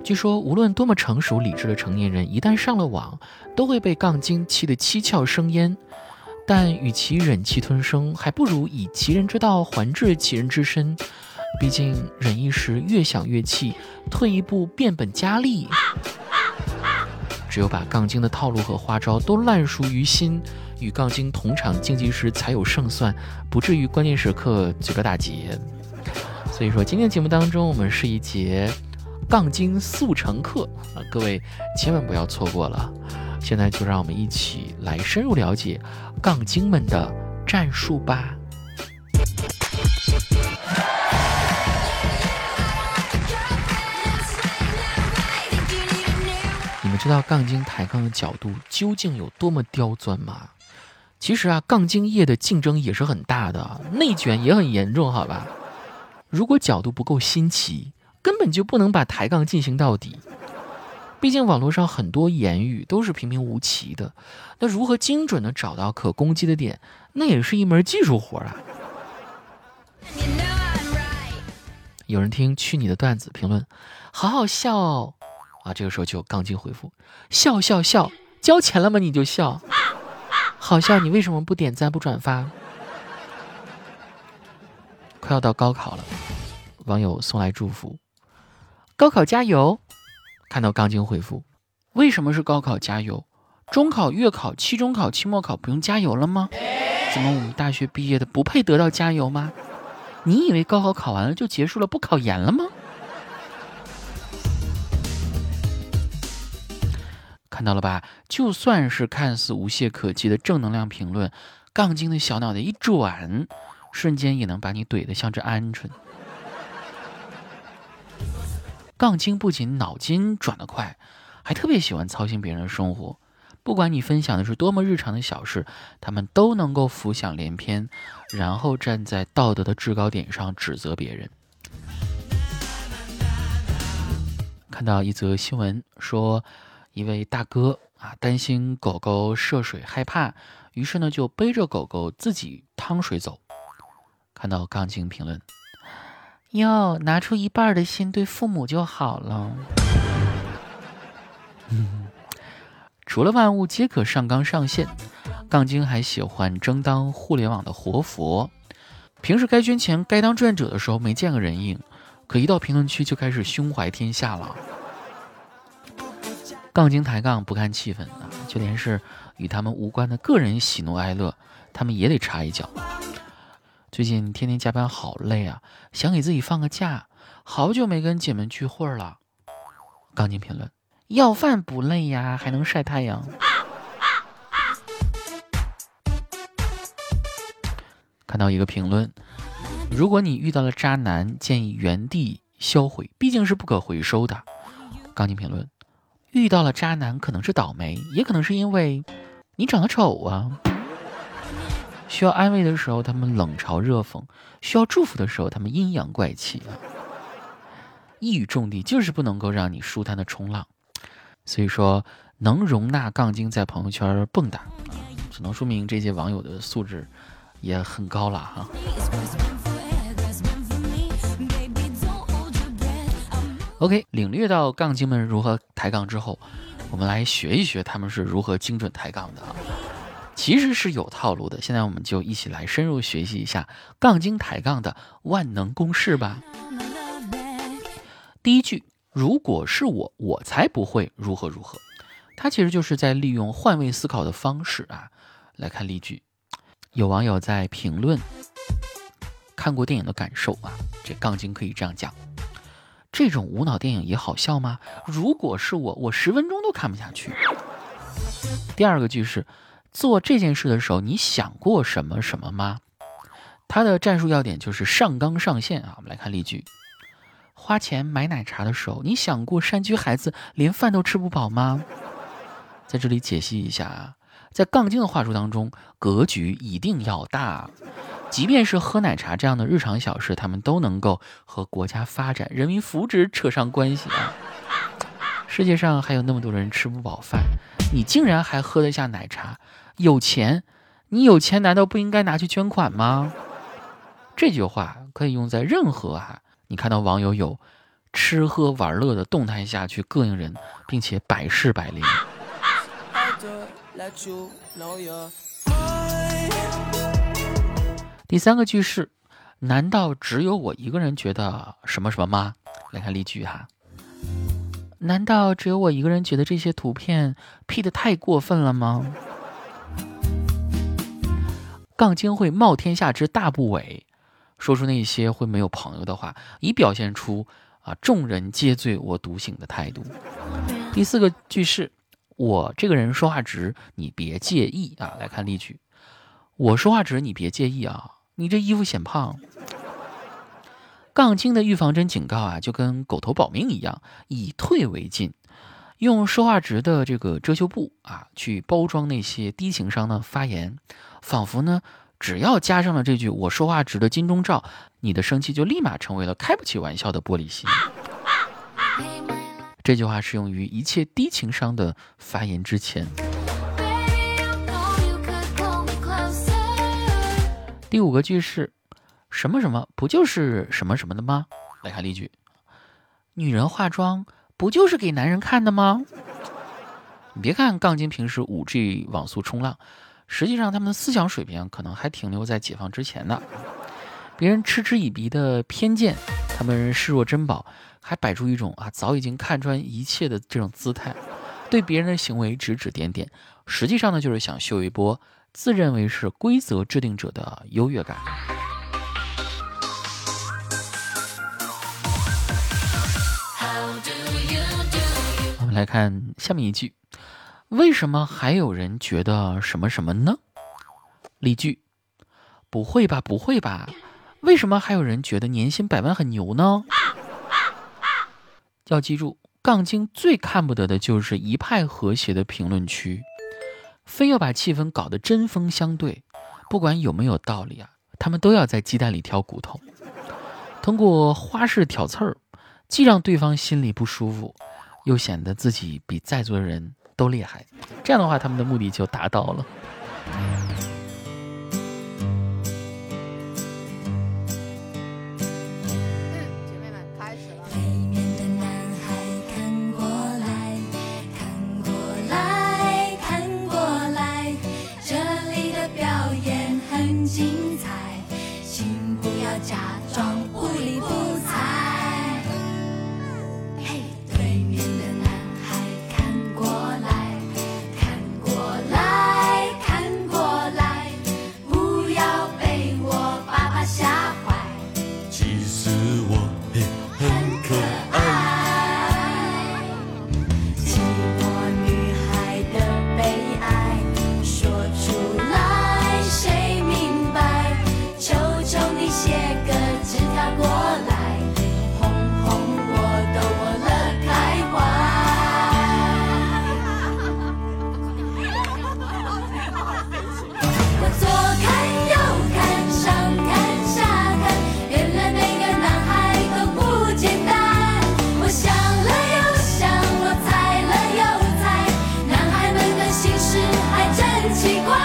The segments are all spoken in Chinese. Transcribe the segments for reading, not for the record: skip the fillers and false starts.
据说无论多么成熟理智的成年人，一旦上了网，都会被杠精气得七窍生烟。但与其忍气吞声，还不如以其人之道还治其人之身。毕竟忍一时，越想越气，退一步变本加厉。只有把杠精的套路和花招都烂熟于心，与杠精同场竞技时才有胜算，不至于关键时刻嘴个打结。所以说今天节目当中，我们是一节杠精速成课各位千万不要错过了。现在就让我们一起来深入了解杠精们的战术吧。你们知道杠精抬杠的角度究竟有多么刁钻吗？其实杠精业的竞争也是很大的，内卷也很严重，好吧？如果角度不够新奇，根本就不能把抬杠进行到底。毕竟网络上很多言语都是平平无奇的，那如何精准地找到可攻击的点，那也是一门技术活啊。有人听去你的段子评论好好笑哦这个时候就有杠精回复笑笑笑，交钱了吗你就笑，好笑你为什么不点赞不转发？快要到高考了，网友送来祝福，高考加油。看到杠精回复，为什么是高考加油？中考、月考、期中考、期末考不用加油了吗？怎么我们大学毕业的不配得到加油吗？你以为高考考完了就结束了，不考研了吗？看到了吧，就算是看似无懈可击的正能量评论，杠精的小脑袋一转，瞬间也能把你怼得像只鹌鹑。杠精不仅脑筋转得快，还特别喜欢操心别人的生活。不管你分享的是多么日常的小事，他们都能够浮想联翩，然后站在道德的制高点上指责别人。看到一则新闻说，一位大哥担心狗狗涉水害怕，于是呢就背着狗狗自己趟水走。看到杠精评论，哟，拿出一半的心对父母就好了。除了万物皆可上纲上线，杠精还喜欢争当互联网的活佛。平时该捐钱该当志愿者的时候没见个人影，可一到评论区就开始胸怀天下了。杠精抬杠不看气氛就连是与他们无关的个人喜怒哀乐，他们也得插一脚。最近天天加班好累啊，想给自己放个假，好久没跟姐妹聚会了。杠精评论，要饭不累呀，还能晒太阳。看到一个评论，如果你遇到了渣男，建议原地销毁，毕竟是不可回收的。杠精评论，遇到了渣男可能是倒霉，也可能是因为你长得丑啊。需要安慰的时候他们冷嘲热讽，需要祝福的时候他们阴阳怪气一语中的，就是不能够让你舒坦的冲浪。所以说能容纳杠精在朋友圈蹦跶只能说明这些网友的素质也很高了OK， 领略到杠精们如何抬杠之后，我们来学一学他们是如何精准抬杠的其实是有套路的，现在我们就一起来深入学习一下杠精抬杠的万能公式吧。第一句，如果是我，我才不会如何如何。它其实就是在利用换位思考的方式来看例句。有网友在评论看过电影的感受这杠精可以这样讲，这种无脑电影也好笑吗？如果是我，我10分钟都看不下去。第二个句是，做这件事的时候你想过什么什么吗？它的战术要点就是上纲上线我们来看例句。花钱买奶茶的时候，你想过山区孩子连饭都吃不饱吗？在这里解析一下在杠精的话术当中，格局一定要大，即便是喝奶茶这样的日常小事，他们都能够和国家发展、人民福祉扯上关系世界上还有那么多人吃不饱饭，你竟然还喝得下奶茶？有钱，你有钱难道不应该拿去捐款吗？这句话可以用在任何你看到网友有吃喝玩乐的动态下去膈应人，并且百试百灵。第三个句式，难道只有我一个人觉得什么什么吗？来看例句哈。难道只有我一个人觉得这些图片 P 得太过分了吗？杠精会冒天下之大不韪，说出那些会没有朋友的话，以表现出众人皆醉我独醒的态度。第四个句式，我这个人说话直，你别介意啊。来看例句，我说话直，你别介意啊，你这衣服显胖。杠精的预防针警告啊，就跟狗头保命一样，以退为进，用说话直的这个遮羞布啊，去包装那些低情商的发言，仿佛呢，只要加上了这句我说话直的金钟罩，你的生气就立马成为了开不起玩笑的玻璃心。这句话适用于一切低情商的发言之前。第五个句式，什么什么不就是什么什么的吗？来看例句，女人化妆不就是给男人看的吗？你别看杠精平时5G 网速冲浪，实际上他们的思想水平可能还停留在解放之前呢。别人嗤之以鼻的偏见，他们视若珍宝，还摆出一种早已经看穿一切的这种姿态，对别人的行为指指点点，实际上呢就是想秀一波自认为是规则制定者的优越感。我们来看下面一句，为什么还有人觉得什么什么呢？例句，不会吧不会吧，为什么还有人觉得年薪100万很牛呢？要记住，杠精最看不得的就是一派和谐的评论区，非要把气氛搞得针锋相对，不管有没有道理他们都要在鸡蛋里挑骨头，通过花式挑刺儿，既让对方心里不舒服，又显得自己比在座的人都厉害，这样的话他们的目的就达到了。 假装不理不睬，对面的男孩看过来，看过来，看过来，不要被我爸爸吓坏。 其实我也很可爱， 寂寞女孩的悲哀，说出来谁明白？求求你写个纸条过来，哄哄我，逗我乐开怀。我左看右看，上看下看，原来每个男孩都不简单。我想了又想，我猜了又猜，男孩们的心事还真奇怪。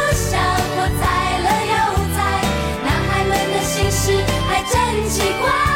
还真奇怪。